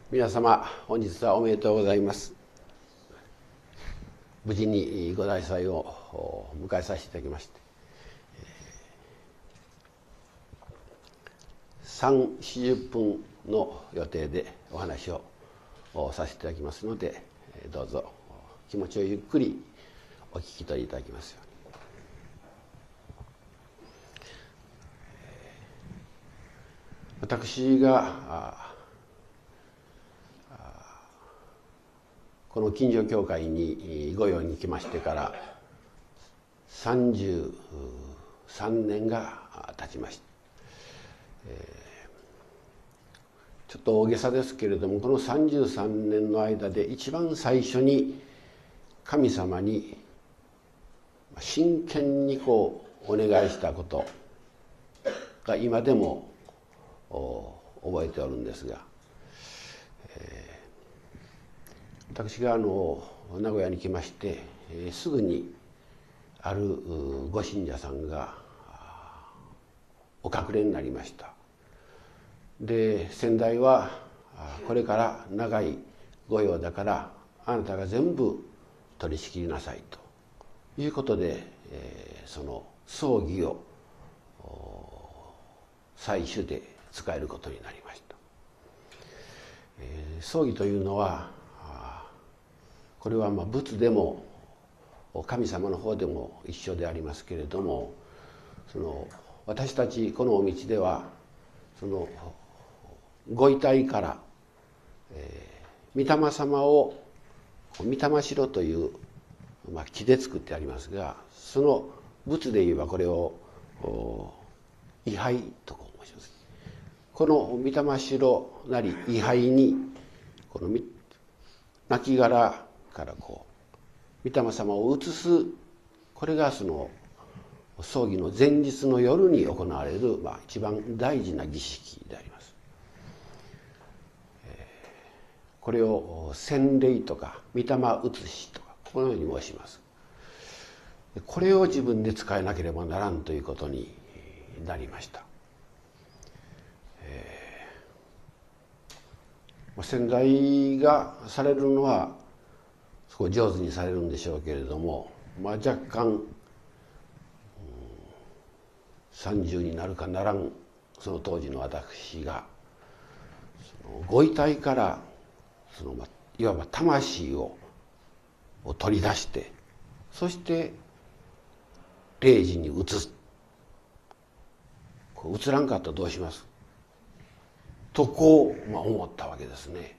皆様本日はおめでとうございます。無事にご大祭を迎えさせていただきまして、3、40分の予定でお話をさせていただきますので、どうぞ気持ちをゆっくりお聞き取りいただきますように。私がこの近所教会に御用に来ましてから33年が経ちました。ちょっと大げさですけれども、この33年の間で一番最初に神様に真剣にお願いしたことが今でも覚えておるんですが、私が名古屋に来まして、すぐにあるご信者さんがお隠れになりました。で、先代はこれから長い御用だからあなたが全部取り仕切りなさいということで、その葬儀を祭主で使えることになりました。葬儀というのはこれは仏でも神様の方でも一緒でありますけれども、私たちこのお道ではそのご遺体から、御霊様を御霊城という、木で作ってありますが、その仏で言えばこれを位牌と申します。この御霊城なり位牌にこの亡骸から御霊様を移す、これがその葬儀の前日の夜に行われる、一番大事な儀式であります。これを洗礼とか御霊移しとかこのように申します。これを自分で使えなければならんということになりました。先代がされるのはすごい上手にされるんでしょうけれども、若干30になるかならんその当時の私がご遺体からいわば魂を取り出して、そして霊寺に移す。移らんかったらどうしますと思ったわけですね。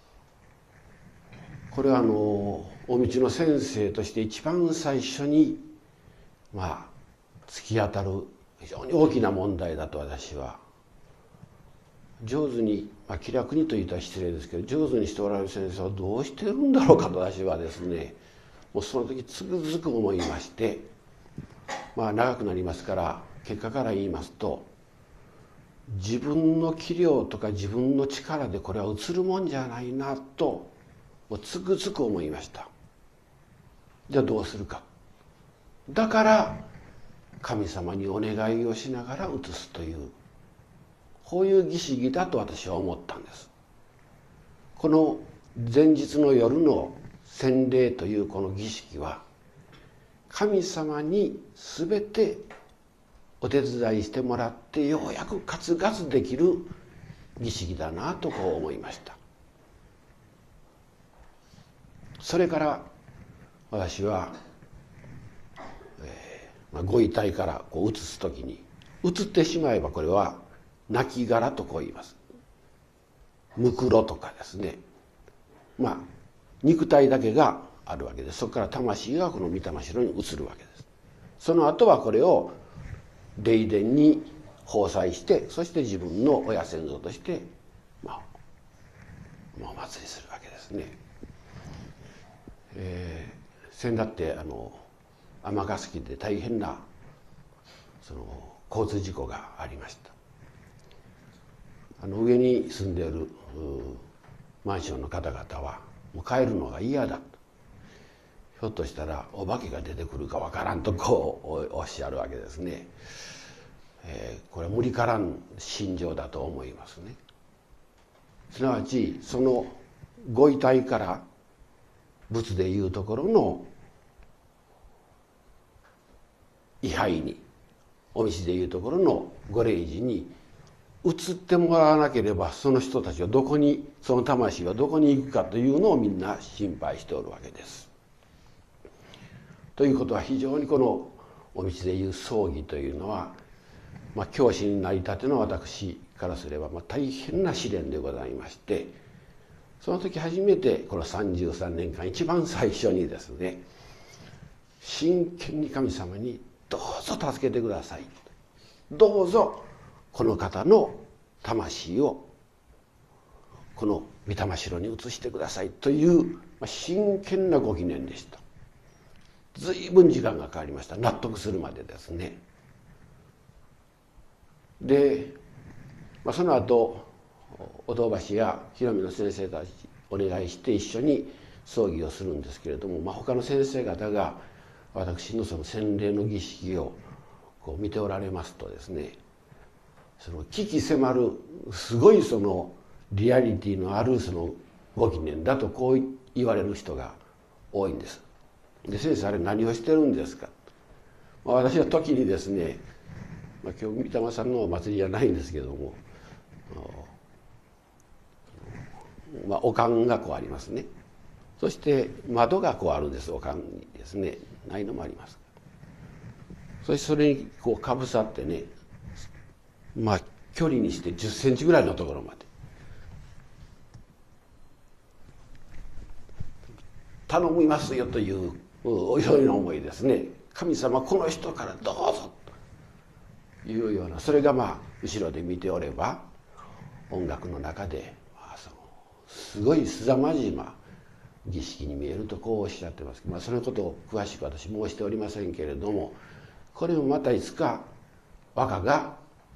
これはお道の先生として一番最初に突き当たる非常に大きな問題だと私は上手に、気楽にと言ったら失礼ですけど、上手にしておられる先生はどうしてるんだろうかと私はですね、もうその時つくづく思いまして、長くなりますから結果から言いますと、自分の器量とか自分の力でこれは移るもんじゃないなとつくづく思いました。じゃあどうするか。だから神様にお願いをしながら移すという、こういう儀式だと私は思ったんです。この前日の夜の洗礼というこの儀式は神様に全てお手伝いしてもらってようやくカツカツできる儀式だなと思いました。それから私は、ご遺体から移す時に、移ってしまえばこれは亡骸と言います。むくろとかですね、肉体だけがあるわけです。そこから魂がこの御霊城に移るわけです。その後はこれを霊殿に奉祭して、そして自分の親先祖としてお祭りするわけですね。先だって尼崎で大変な交通事故がありました。上に住んでいるマンションの方々はもう帰るのが嫌だと、ひょっとしたらお化けが出てくるかわからんとおっしゃるわけですね。これは無理からん心情だと思いますね。 すなわちそのご遺体から仏でいうところの位牌に、お道でいうところのご霊寺に移ってもらわなければ、その人たちはどこに、その魂はどこに行くかというのをみんな心配しておるわけです。ということは、非常にこのお道でいう葬儀というのは、教師になりたての私からすれば大変な試練でございまして、その時初めてこの33年間一番最初にですね、真剣に神様にどうぞ助けてください、どうぞこの方の魂をこの御霊城に移してくださいという真剣なご祈念でした。随分時間がかかりました、納得するまでですね。で、その後お堂橋や広見の先生たちお願いして一緒に葬儀をするんですけれども、他の先生方が私のその洗礼の儀式をこう見ておられますとですね、その鬼気迫るすごいそのリアリティのあるそのご祈念だとこう言われる人が多いんです。で、先生あれ何をしてるんですか。私は時にですね、今日御霊さんのお祭りじゃないんですけども、お棺がこうありますね。そして窓がこうあるんです、お棺にですね。ないのもあります。そしてそれにこうかぶさってね、距離にして10センチぐらいのところまで頼みますよというお祈りの思いですね。神様この人からどうぞというような、それが後ろで見ておれば音楽の中ですごい凄まじい儀式に見えるとこうおっしゃってます。そのことを詳しく私申しておりませんけれども、これもまたいつか和歌が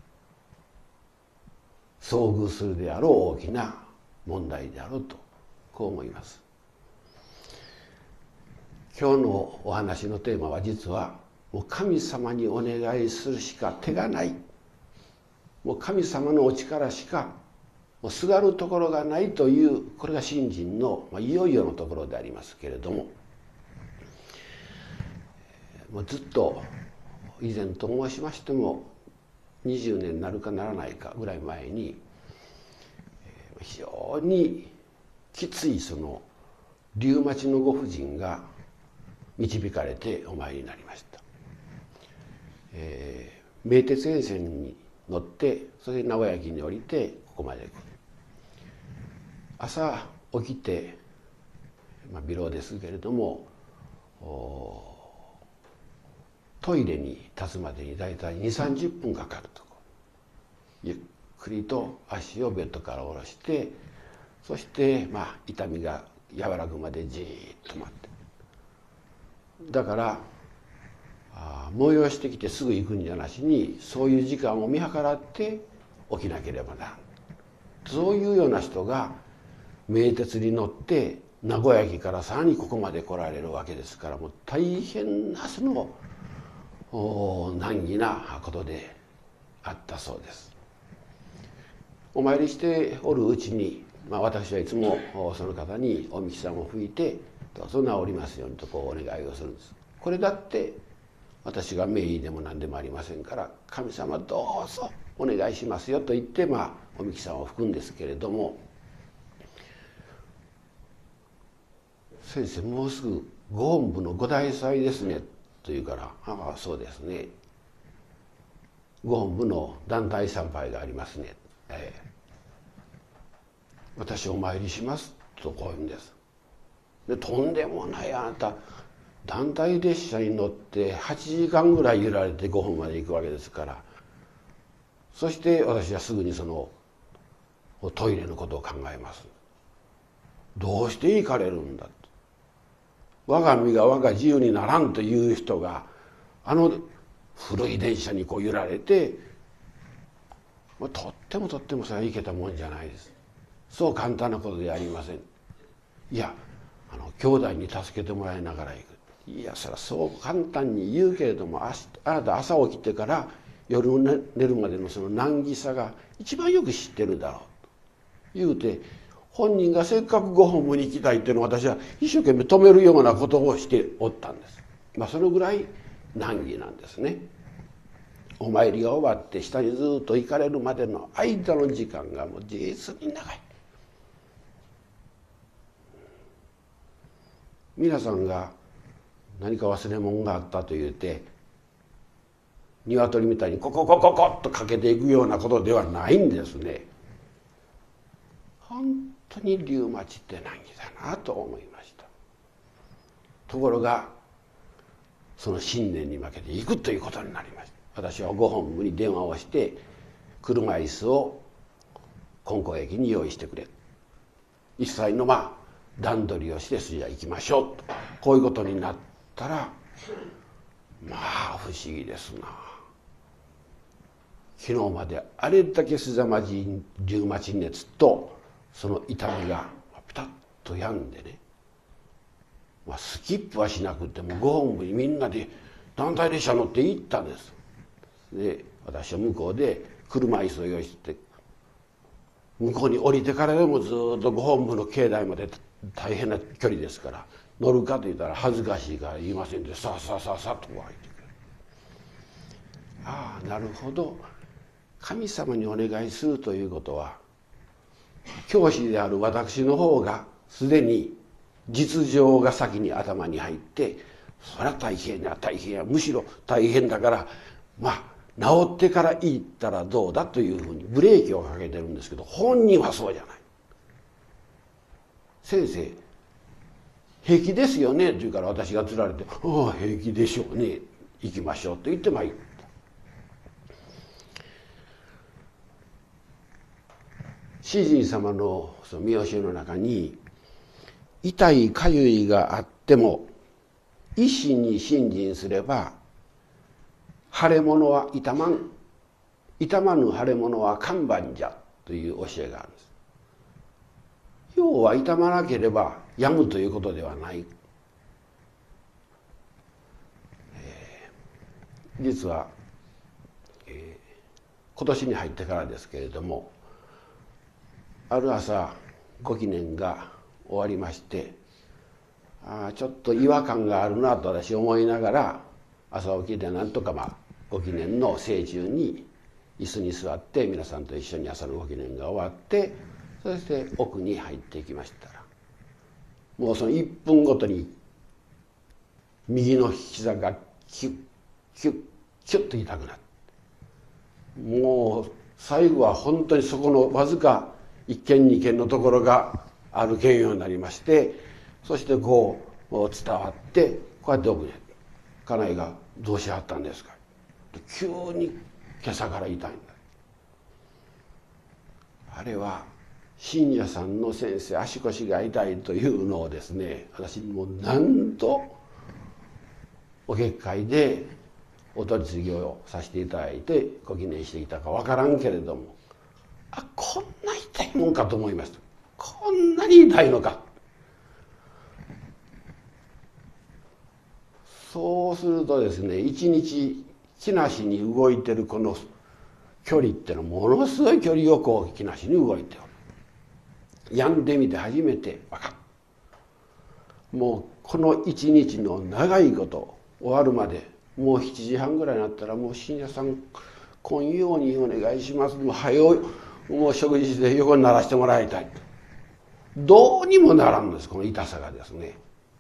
遭遇するであろう大きな問題であろうとこう思います。今日のお話のテーマは実はもう神様にお願いするしか手がない、もう神様のお力しかもうすがるところがないという、これが信心のいよいよのところでありますけれども、もうずっと以前と申しましても20年になるかならないかぐらい前に非常にきついそのリウマチのご婦人が導かれてお参りになりました。名鉄沿線に乗って、それで名古屋駅に降りてここまで来る。朝起きて、微老ですけれどもトイレに立つまでに大体2、30分かかるところ、ゆっくりと足をベッドから下ろして、そして痛みが和らぐまでじーっと待って、だから催してきてすぐ行くんじゃなしに、そういう時間を見計らって起きなければならん。そういうような人が名鉄に乗って名古屋駅からさらにここまで来られるわけですから、もう大変なその難儀なことであったそうです。お参りしておるうちに、私はいつもその方におみきさんを吹いてどうぞ治りますようにとこうお願いをするんです。これだって私が名医でも何でもありませんから、神様どうぞお願いしますよと言っておみきさんを吹くんですけれども、先生もうすぐご本部のご大祭ですねと言うから、ああそうですね、ご本部の団体参拝がありますね、私お参りしますとこう言うんです。で、とんでもない、あなた団体列車に乗って8時間ぐらい揺られて5本まで行くわけですから、そして私はすぐにそのトイレのことを考えます。どうして行かれるんだと。我が身が我が自由にならんという人が古い電車にこう揺られて、とってもそれは行けたもんじゃないです。そう簡単なことではありません。いや兄弟に助けてもらいながら行く。いやそれはそう簡単に言うけれども、あなた朝起きてから夜寝るまでのその難儀さが一番よく知ってるだろう。 言うて本人がせっかくご本部に行きたいっていうのを私は一生懸命止めるようなことをしておったんです。そのぐらい難儀なんですね。お参りが終わって下にずっと行かれるまでの間の時間がもう実に長い。皆さんが何か忘れ物があったと言うて鶏みたいにコココココッとかけていくようなことではないんですね。本当にリウマチって難儀だなと思いました。ところがその信念に負けていくということになりました。私はご本部に電話をして車椅子を金光駅に用意してくれ、一切の段取りをしてじゃあ行きましょうと、こういうことになったら不思議ですな。昨日まであれだけ凄まじいリウマチ熱とその痛みがピタッと止んでね、スキップはしなくてもご本部にみんなで団体列車乗って行ったんです。で私は向こうで車椅子を用意して向こうに降りてからでもずっとご本部の境内まで大変な距離ですから乗るかと言ったら恥ずかしいから言いませんでさあさあさあさあとこう入ってくる。ああなるほど、神様にお願いするということは教師である私の方がすでに実情が先に頭に入って、そりゃ大変や大変や、むしろ大変だから治ってから行ったらどうだというふうにブレーキをかけてるんですけど、本人はそうじゃない。先生平気ですよねって言うから私がつられて「ああ平気でしょうね、行きましょう」と言って行った。主人様のその見教えの中に、痛いかゆいがあっても一心に信心すれば腫れ物は痛まん、痛まぬ腫れ物は看板じゃという教えがあるんです。要は痛まなければやむということではない。実は、今年に入ってからですけれども、ある朝ご記念が終わりまして、ちょっと違和感があるなと私思いながら朝起きてなんとかご記念の聖中に椅子に座って皆さんと一緒に朝のご記念が終わって、そして奥に入っていきましたら、もうその1分ごとに右の膝がキュッキュッキュッと痛くなって、もう最後は本当にそこのわずか1軒2軒のところが歩けるようになりまして、そしてこう伝わってこうやって奥に「家内がどうしはったんですか?」急に今朝から痛いんだ。あれは信者さんの先生足腰が痛いというのをですね、私もう何度お結界でお取り次ぎをさせていただいてご記念していたか分からんけれども、こんな痛いもんかと思いました。こんなに痛いのか。そうするとですね、一日木梨に動いてるこの距離ってのはものすごい距離をこう木梨に動いておる。やんでみて初めて分かる。もうこの一日の長いこと終わるまで、もう7時半ぐらいになったら、もう信者さん今ようにお願いします、もう早うもう食事して横にならしてもらいたいと。どうにもならんのです、この痛さがですね。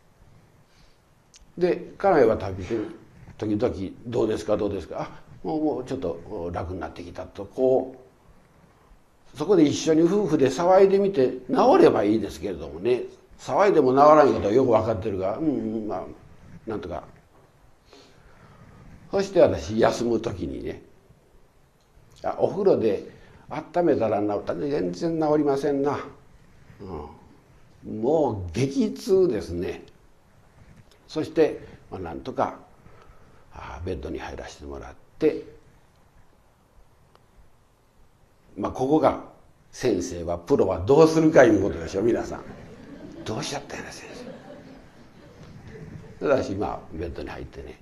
で家内は時々「どうですかどうですか、もうちょっと楽になってきた」と、こうそこで一緒に夫婦で騒いでみて治ればいいですけれどもね、騒いでも治らんことはよく分かってるが、なんとか。そして私休む時にね、お風呂で温めたら治った。全然治りませんな、もう激痛ですね。そしてなんとかベッドに入らせてもらって、ここが先生はプロはどうするかいうことでしょ。皆さんどうしちゃったんやな先生。私ベッドに入ってね、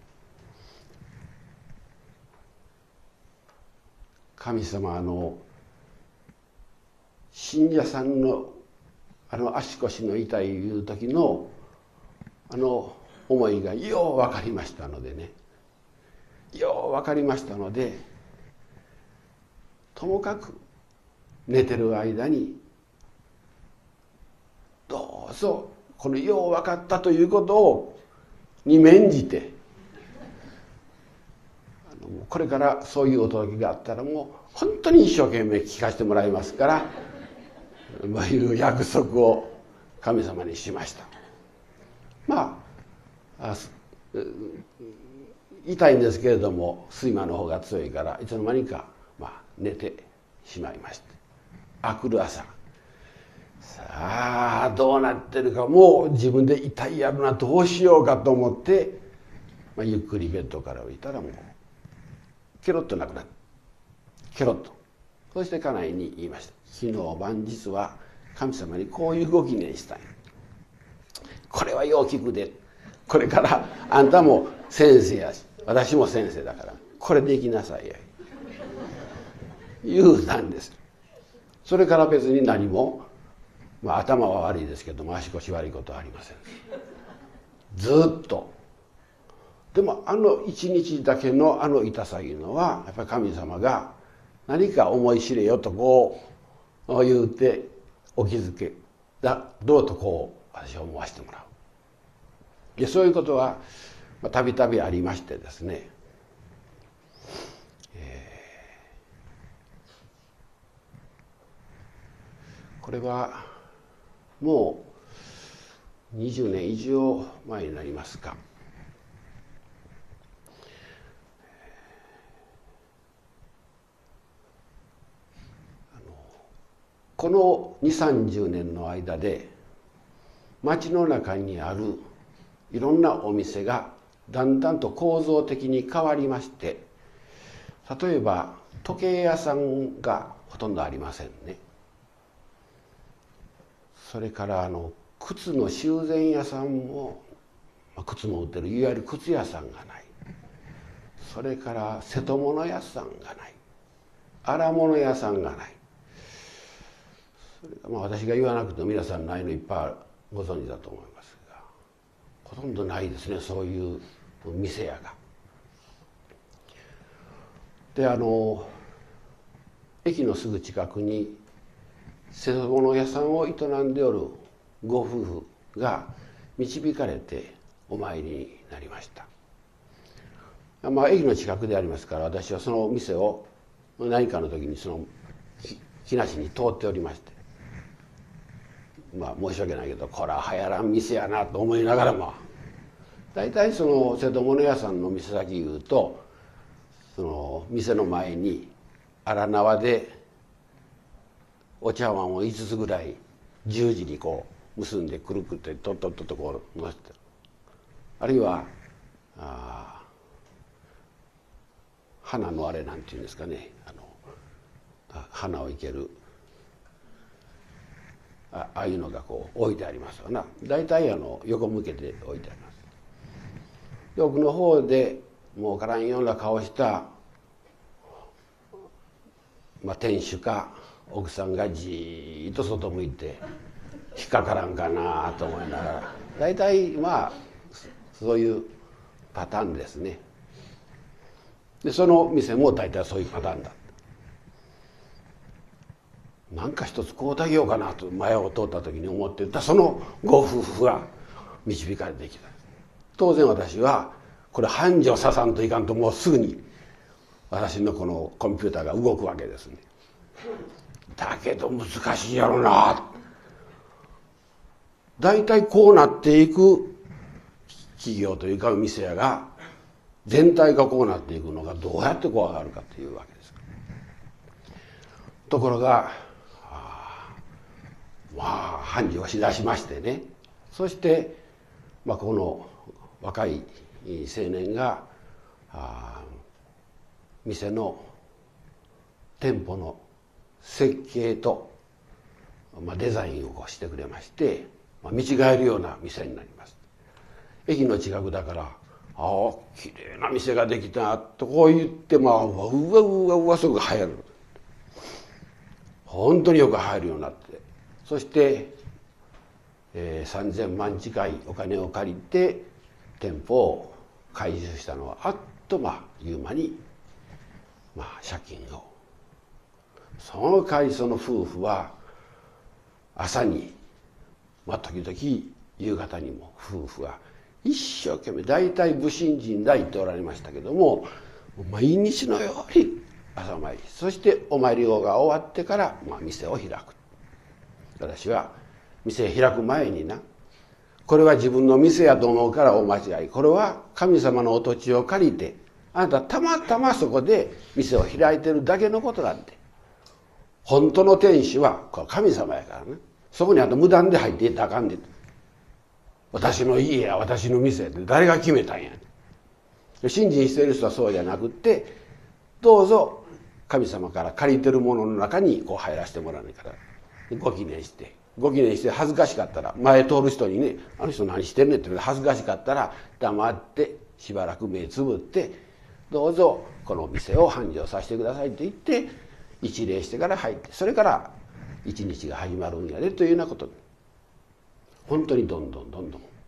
神様信者さんの足腰の痛いいう時の思いがよう分かりましたのでね、よう分かりましたので、ともかく寝てる間にどうぞこのよう分かったということをに免じて、これからそういうお届けがあったらもう本当に一生懸命聞かせてもらいますから、いう約束を神様にしました。まあ痛いんですけれども睡魔の方が強いからいつの間にか寝てしまいまして、明くる朝、さあどうなってるか、もう自分で痛いやるな、どうしようかと思って、ゆっくりベッドから降りたらもうケロッとなくなる。ケロッと。そして家内に言いました。昨日晩実は神様にこういうご記念したい。これはよう聞くで。これからあんたも先生やし私も先生だからこれできなさいや言うたんです。それから別に何も、頭は悪いですけども足腰悪いことはありません。ずっと。でも一日だけの痛さいうのはやっぱり神様が何か思い知れよとこう言うてお気づけだどうとこう私は思わせてもらう。でそういうことはたびたびありましてですね、これはもう20年以上前になりますか。この20、30年の間で町の中にあるいろんなお店がだんだんと構造的に変わりまして、例えば時計屋さんがほとんどありませんね。それから靴の修繕屋さんも、靴も売ってるいわゆる靴屋さんがない。それから瀬戸物屋さんがない。荒物屋さんがない。それから私が言わなくても皆さんないのいっぱいご存知だと思いますが、ほとんどないですね、そういう店屋が。で駅のすぐ近くに瀬戸物屋さんを営んでおるご夫婦が導かれてお参りになりました。駅の近くでありますから私はその店を何かの時にその日なしに通っておりまして、申し訳ないけどこれは流行らん店やなと思いながらも、大体その瀬戸物屋さんの店先言うとその店の前に荒縄でお茶碗を5つぐらい十字にこう結んでくるくってとっとっととこう乗せて、あるいは花のあれなんていうんですかね、花を生けるああいうのがこう置いてありますよな。大体横向けて置いてあります。で奥の方でもうからんような顔した、店主か奥さんがじーっと外向いて引っかからんかなと思いながら、大体そういうパターンですね。でその店も大体そういうパターンだ。なんか一つこうだげようかなと前を通った時に思っていたそのご夫婦が導かれてきた。当然私はこれ繁盛ささんといかんともうすぐに私のこのコンピューターが動くわけですね。だけど難しいやろな。大体こうなっていく企業というか店屋が全体がこうなっていくのがどうやってこう上がるかというわけです。ところが繁盛しだしましてね、そしてこの若い青年が店の店舗の設計と、デザインをしてくれまして、見違えるような店になります。駅の近くだから「ああきれいな店ができた」とこう言ってうわうわうわすぐ流行る。 本当によく入るようになって、そして、3,000万近いお金を借りて店舗を改修したのはあっという間に借金を。その代わりその夫婦は朝に時々夕方にも夫婦は一生懸命、大体武神人ら言っておられましたけども、毎日のように朝参り、そしてお参りが終わってから店を開く。私は店開く前にこれは自分の店やと思うから大間違い、これは神様のお土地を借りてあなたたまたまそこで店を開いてるだけのことなんで、本当の天使は神様やからね、そこにあと無断で入っていったらあかんで、私の家や私の店って誰が決めたんや。信心している人はそうじゃなくって、どうぞ神様から借りてるものの中に入らせてもらわないから、ご記念して恥ずかしかったら、前通る人にね「あの人何してんねん」って言うて恥ずかしかったら黙ってしばらく目つぶって「どうぞこの店を繁盛させてください」って言って一礼してから入って、それから一日が始まるんやでというようなことで、本当にどんどん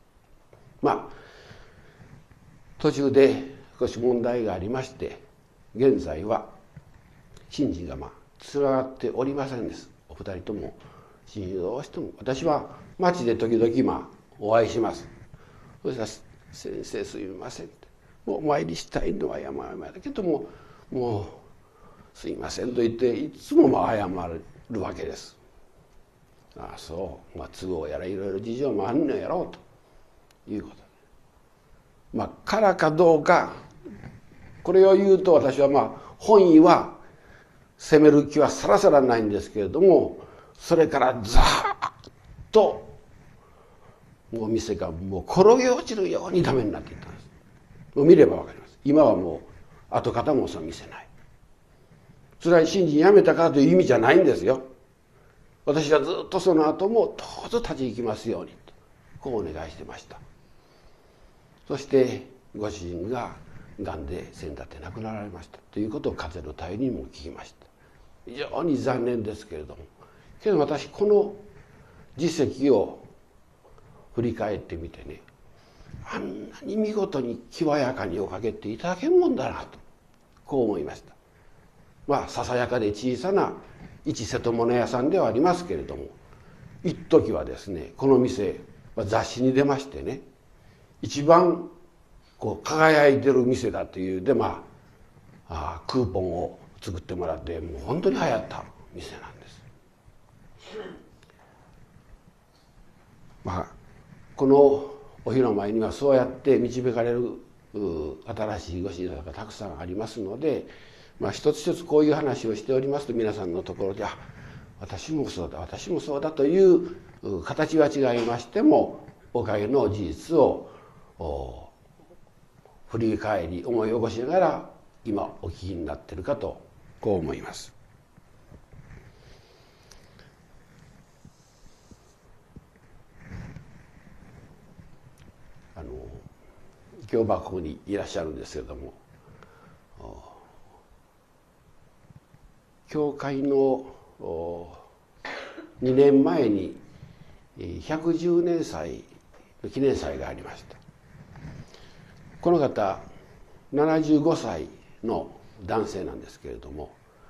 途中で少し問題がありまして、現在は信心がつながっておりませんです。お二人とも信心どうしても、私は町で時々お会いします。そしたら「先生すみません」って、もうお参りしたいのは山々だけどもうすいませんと言っていつも謝るわけです。ああそう、都合やらいろいろ事情もあんのやろうということで、からかどうかこれを言うと、私は本意は責める気はさらさらないんですけれども、それからザーッともう店が転げ落ちるようにダメになっていったんです。もう見ればわかります。今はもう跡形もその店ない。それは信心やめたからという意味じゃないんですよ。私はずっとその後もどうぞ立ち行きますようにとこうお願いしてました。そしてご主人ががんで先だって亡くなられましたということを風の便りにも聞きました。非常に残念ですけれども、けど私この実績を振り返ってみてね、あんなに見事にきわやかにおかけていただけるもんだなとこう思いました。ささやかで小さな一瀬戸物屋さんではありますけれども、一時はですねこの店雑誌に出ましてね、一番輝いてる店だというでクーポンを作ってもらって、もう本当に流行った店なんです。このお日の前にはそうやって導かれる新しいご神様がたくさんありますので、一つ一つこういう話をしておりますと、皆さんのところで私もそうだ私もそうだという形は違いましても、おかげの事実を振り返り思い起こしながら今お聞きになっているかとこう思います。今日はここにいらっしゃるんですけれども、教会の2年前に110年祭の記念祭がありました。この方75歳の男性なんですけれども、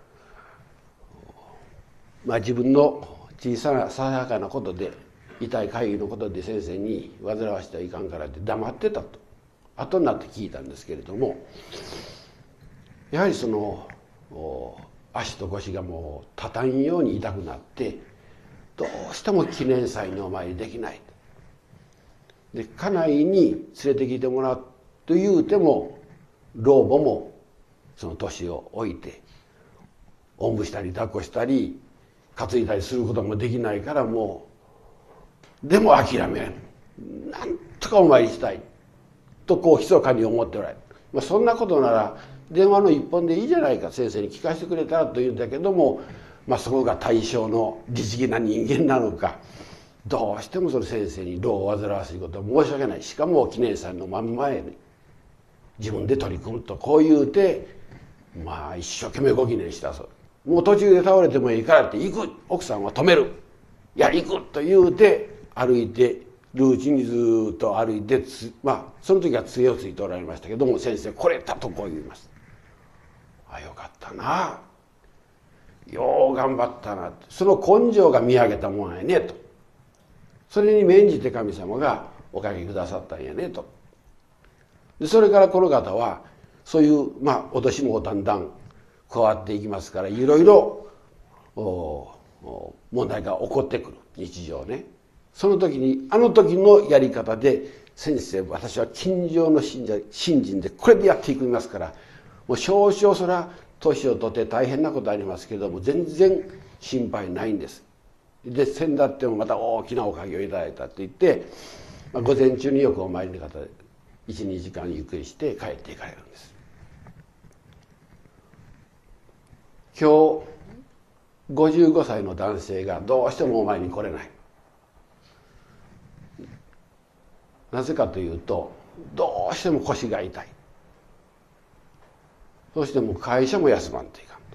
自分の小さなささやかなことで痛い会議のことで先生に煩わしてはいかんからって黙ってたと後になって聞いたんですけれども、やはりその足と腰がもう立たんように痛くなって、どうしても記念祭にお参りできないで、家内に連れてきてもらうと言うても老母もその年を置いておんぶしたり抱っこしたり担いだりすることもできないから、もうでも諦めん、なんとかお参りしたいと密かに思っておられる。そんなことなら電話の一本でいいじゃないか、先生に聞かせてくれたらと言うんだけども、そこが対象の律儀な人間なのか、どうしてもその先生に労を煩わしいことは申し訳ない、しかも記念祭の真ん前に自分で取り組むとこう言うて一生懸命ご記念したそう。 もう途中で倒れてもいいからって行く、奥さんは止める、いや行くと言うて歩いてるうちにずっと歩いてその時は杖をついておられましたけども、先生これだとこう言います。あ、よかったな、よう頑張ったな、その根性が見上げたもんやねと、それに免じて神様がおかげくださったんやねと。でそれからこの方はそういう脅しもだんだん加わっていきますから、いろいろ問題が起こってくる、日常ね。その時にあの時のやり方で、先生私は近所の信心でこれでやっていきますから、もう少々それは年を取って大変なことありますけども全然心配ないんです。で先だってもまた大きなおかげをいただいたって言って、午前中によくお参りの方で 1,2 時間ゆっくりして帰っていかれるんです。今日55歳の男性がどうしてもお参りに来れない。なぜかというと、どうしても腰が痛い、そしてもう会社も休まんといかん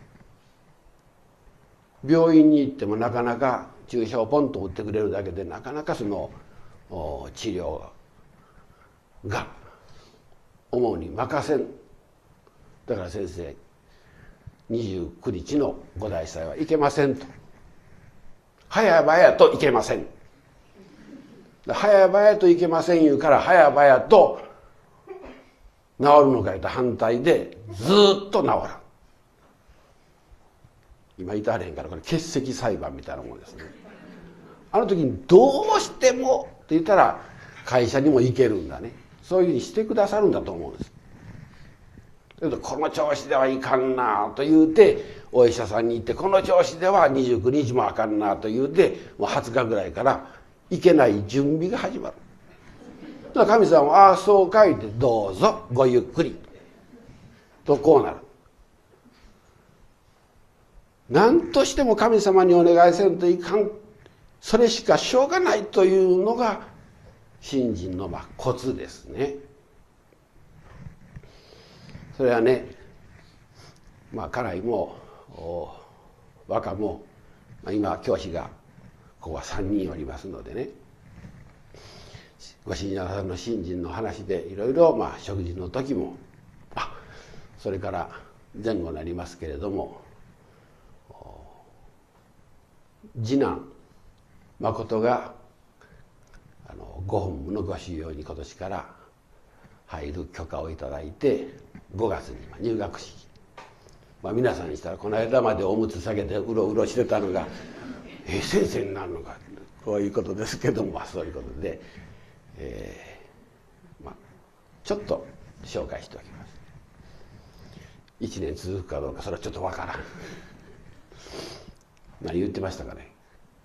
と、病院に行ってもなかなか注射をポンと打ってくれるだけでなかなかその治療が思うに任せん。だから先生29日の御大祭は行けませんと、早々と行けません、早々と行けません言うから、早々と治るのかと反対でずっと治らん。今言いたはれへんから、これ欠席裁判みたいなもんですね。あの時にどうしてもって言ったら会社にも行けるんだね、そういうふうにしてくださるんだと思うんです。この調子ではいかんなと言うてお医者さんに行って、この調子では29日もあかんなと言うて、もう20日ぐらいから行けない準備が始まる。だから神様は「ああそうかい」って「どうぞごゆっくり」とこうなる。何としても神様にお願いせんといかん、それしかしょうがないというのが信心のコツですね。それはね、家内も和歌も今教師がここは3人おりますのでね、ご信者さんの信心の話でいろいろ食事の時も、それから前後になりますけれども、次男誠がご本部のご修行に今年から入る許可をいただいて、5月に入学式、皆さんにしたらこの間までおむつ下げてうろうろしてたのが先生になるのか、こういうことですけども、そういうことで、ちょっと紹介しておきます。1年続くかどうかそれはちょっとわからん。何言ってましたかね。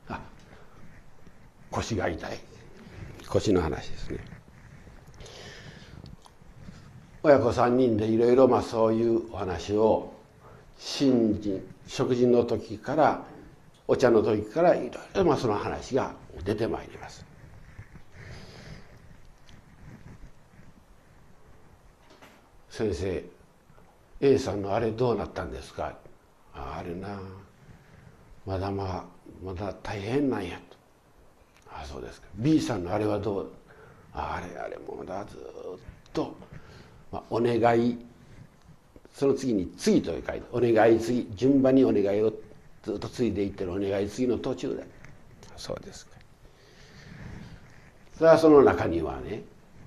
腰が痛い、腰の話ですね。親子3人でいろいろそういうお話を信心、食事の時からお茶の時からいろいろその話が出てまいります。先生 A さんのあれどうなったんですか。あれな、まだ大変なんやと。そうですか。 B さんのあれはどう。あれもまだずっと、お願い、その次に次という書いて、お願い次、順番にお願いをずっと継いでいってるお願い次の途中で。そうですか。それはその中にはね、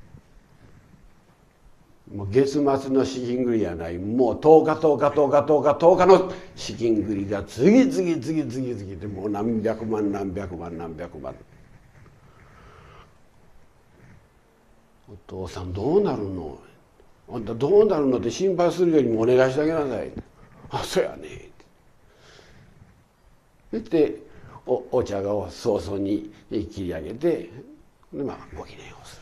もう月末の資金繰りやない、もう10日の資金繰りが次々で、もう何百万お父さんどうなるの、あんたどうなるのって心配するよりもお願いしてあげなさい。そうやねって言ってお茶を早々に切り上げて、でご記念をす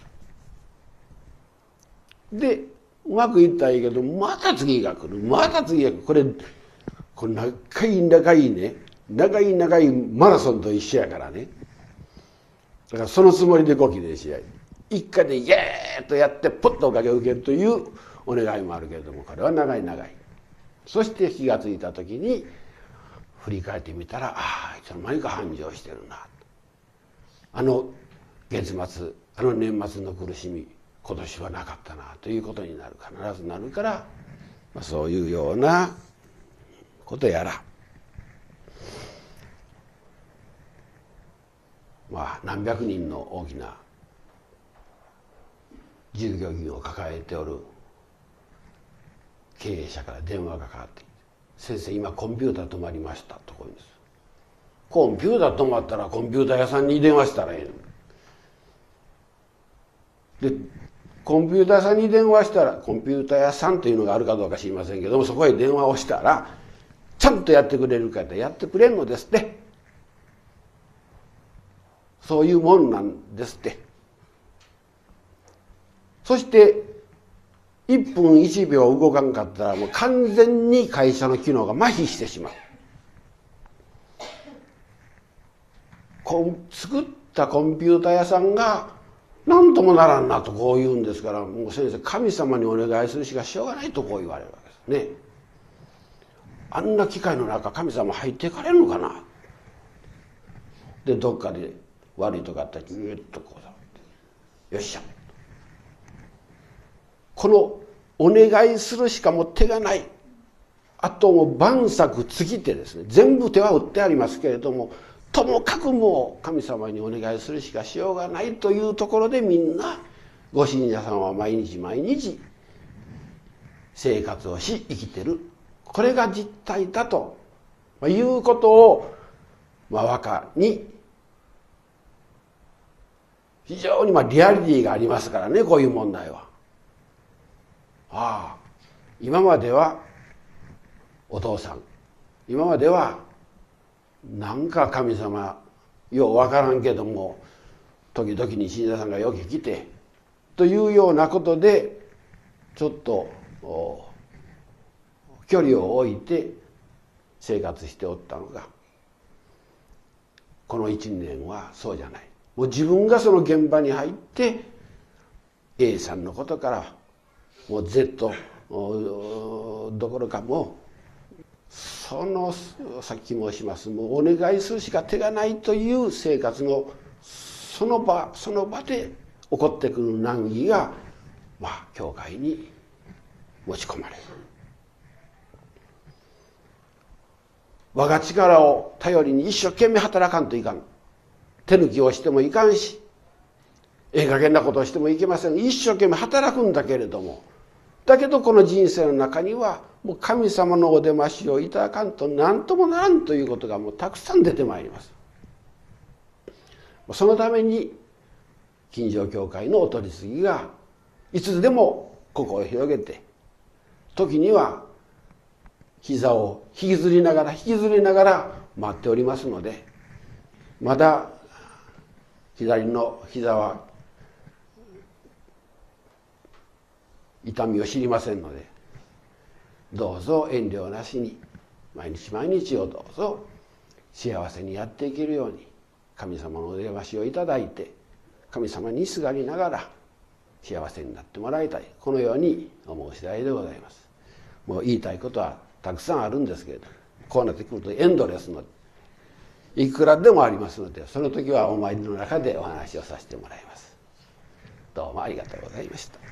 る。でうまくいったらいいけど、また次が来る、これ長いね、長いマラソンと一緒やからね。だからそのつもりでご記念し合い、一回でイエーッとやってポッとおかげを受けるというお願いもあるけれども、これは長い。そして気が付いた時に振り返ってみたら、ああいつの間にか繁盛してるな、月末年末の苦しみ今年はなかったなということになる、必ずなるから、そういうようなことやら、何百人の大きな従業員を抱えておる経営者から電話がかかってきて「先生今コンピューター止まりました」とこう言うんです。コンピューター止まったらコンピューター屋さんに電話したらええの。でコンピューター屋さんに電話したら、コンピューター屋さんというのがあるかどうか知りませんけども、そこへ電話をしたらちゃんとやってくれるかってやってくれるのですって。そういうもんなんですって。そして1分1秒動かんかったらもう完全に会社の機能が麻痺してしまう。作ったコンピューター屋さんが何ともならんなとこう言うんですから、もう先生神様にお願いするしかしょうがないとこう言われるわけですね。あんな機械の中神様入っていかれるのかな。でどっかで悪いとこあったらギュッとこう触ってよっしゃ、このお願いするしかもう手がない、あともう万策尽きてですね、全部手は打ってありますけれども、ともかくもう神様にお願いするしかしようがないというところで、みんなご信者さんは毎日毎日生活をし生きてる、これが実態だということを和歌に非常にリアリティがありますからね、こういう問題は。ああ、今まではお父さん、今まではなんか神様よう分からんけども時々に信者さんがよく来てというようなことでちょっと距離を置いて生活しておったのが、この1年はそうじゃない。もう自分がその現場に入って A さんのことからもう Z どころか、もうそのさっき申しますもうお願いするしか手がないという生活のその場その場で起こってくる難儀が教会に持ち込まれる。我が力を頼りに一生懸命働かんといかん。手抜きをしてもいかんし、ええ加減なことをしてもいけません。一生懸命働くんだけれども、だけどこの人生の中にはもう神様のお出ましをいただかんと何ともならんということがもうたくさん出てまいります。そのために近所教会のお取り次ぎがいつでもここを広げて、時には膝を引きずりながら待っておりますので、まだ左の膝は痛みを知りませんので、どうぞ遠慮なしに毎日毎日をどうぞ幸せにやっていけるように神様のお出ましをいただいて、神様にすがりながら幸せになってもらいたい、このように思う次第でございます。もう言いたいことはたくさんあるんですけれど、こうなってくるとエンドレスのいくらでもありますので、その時はお参りの中でお話をさせてもらいます。どうもありがとうございました。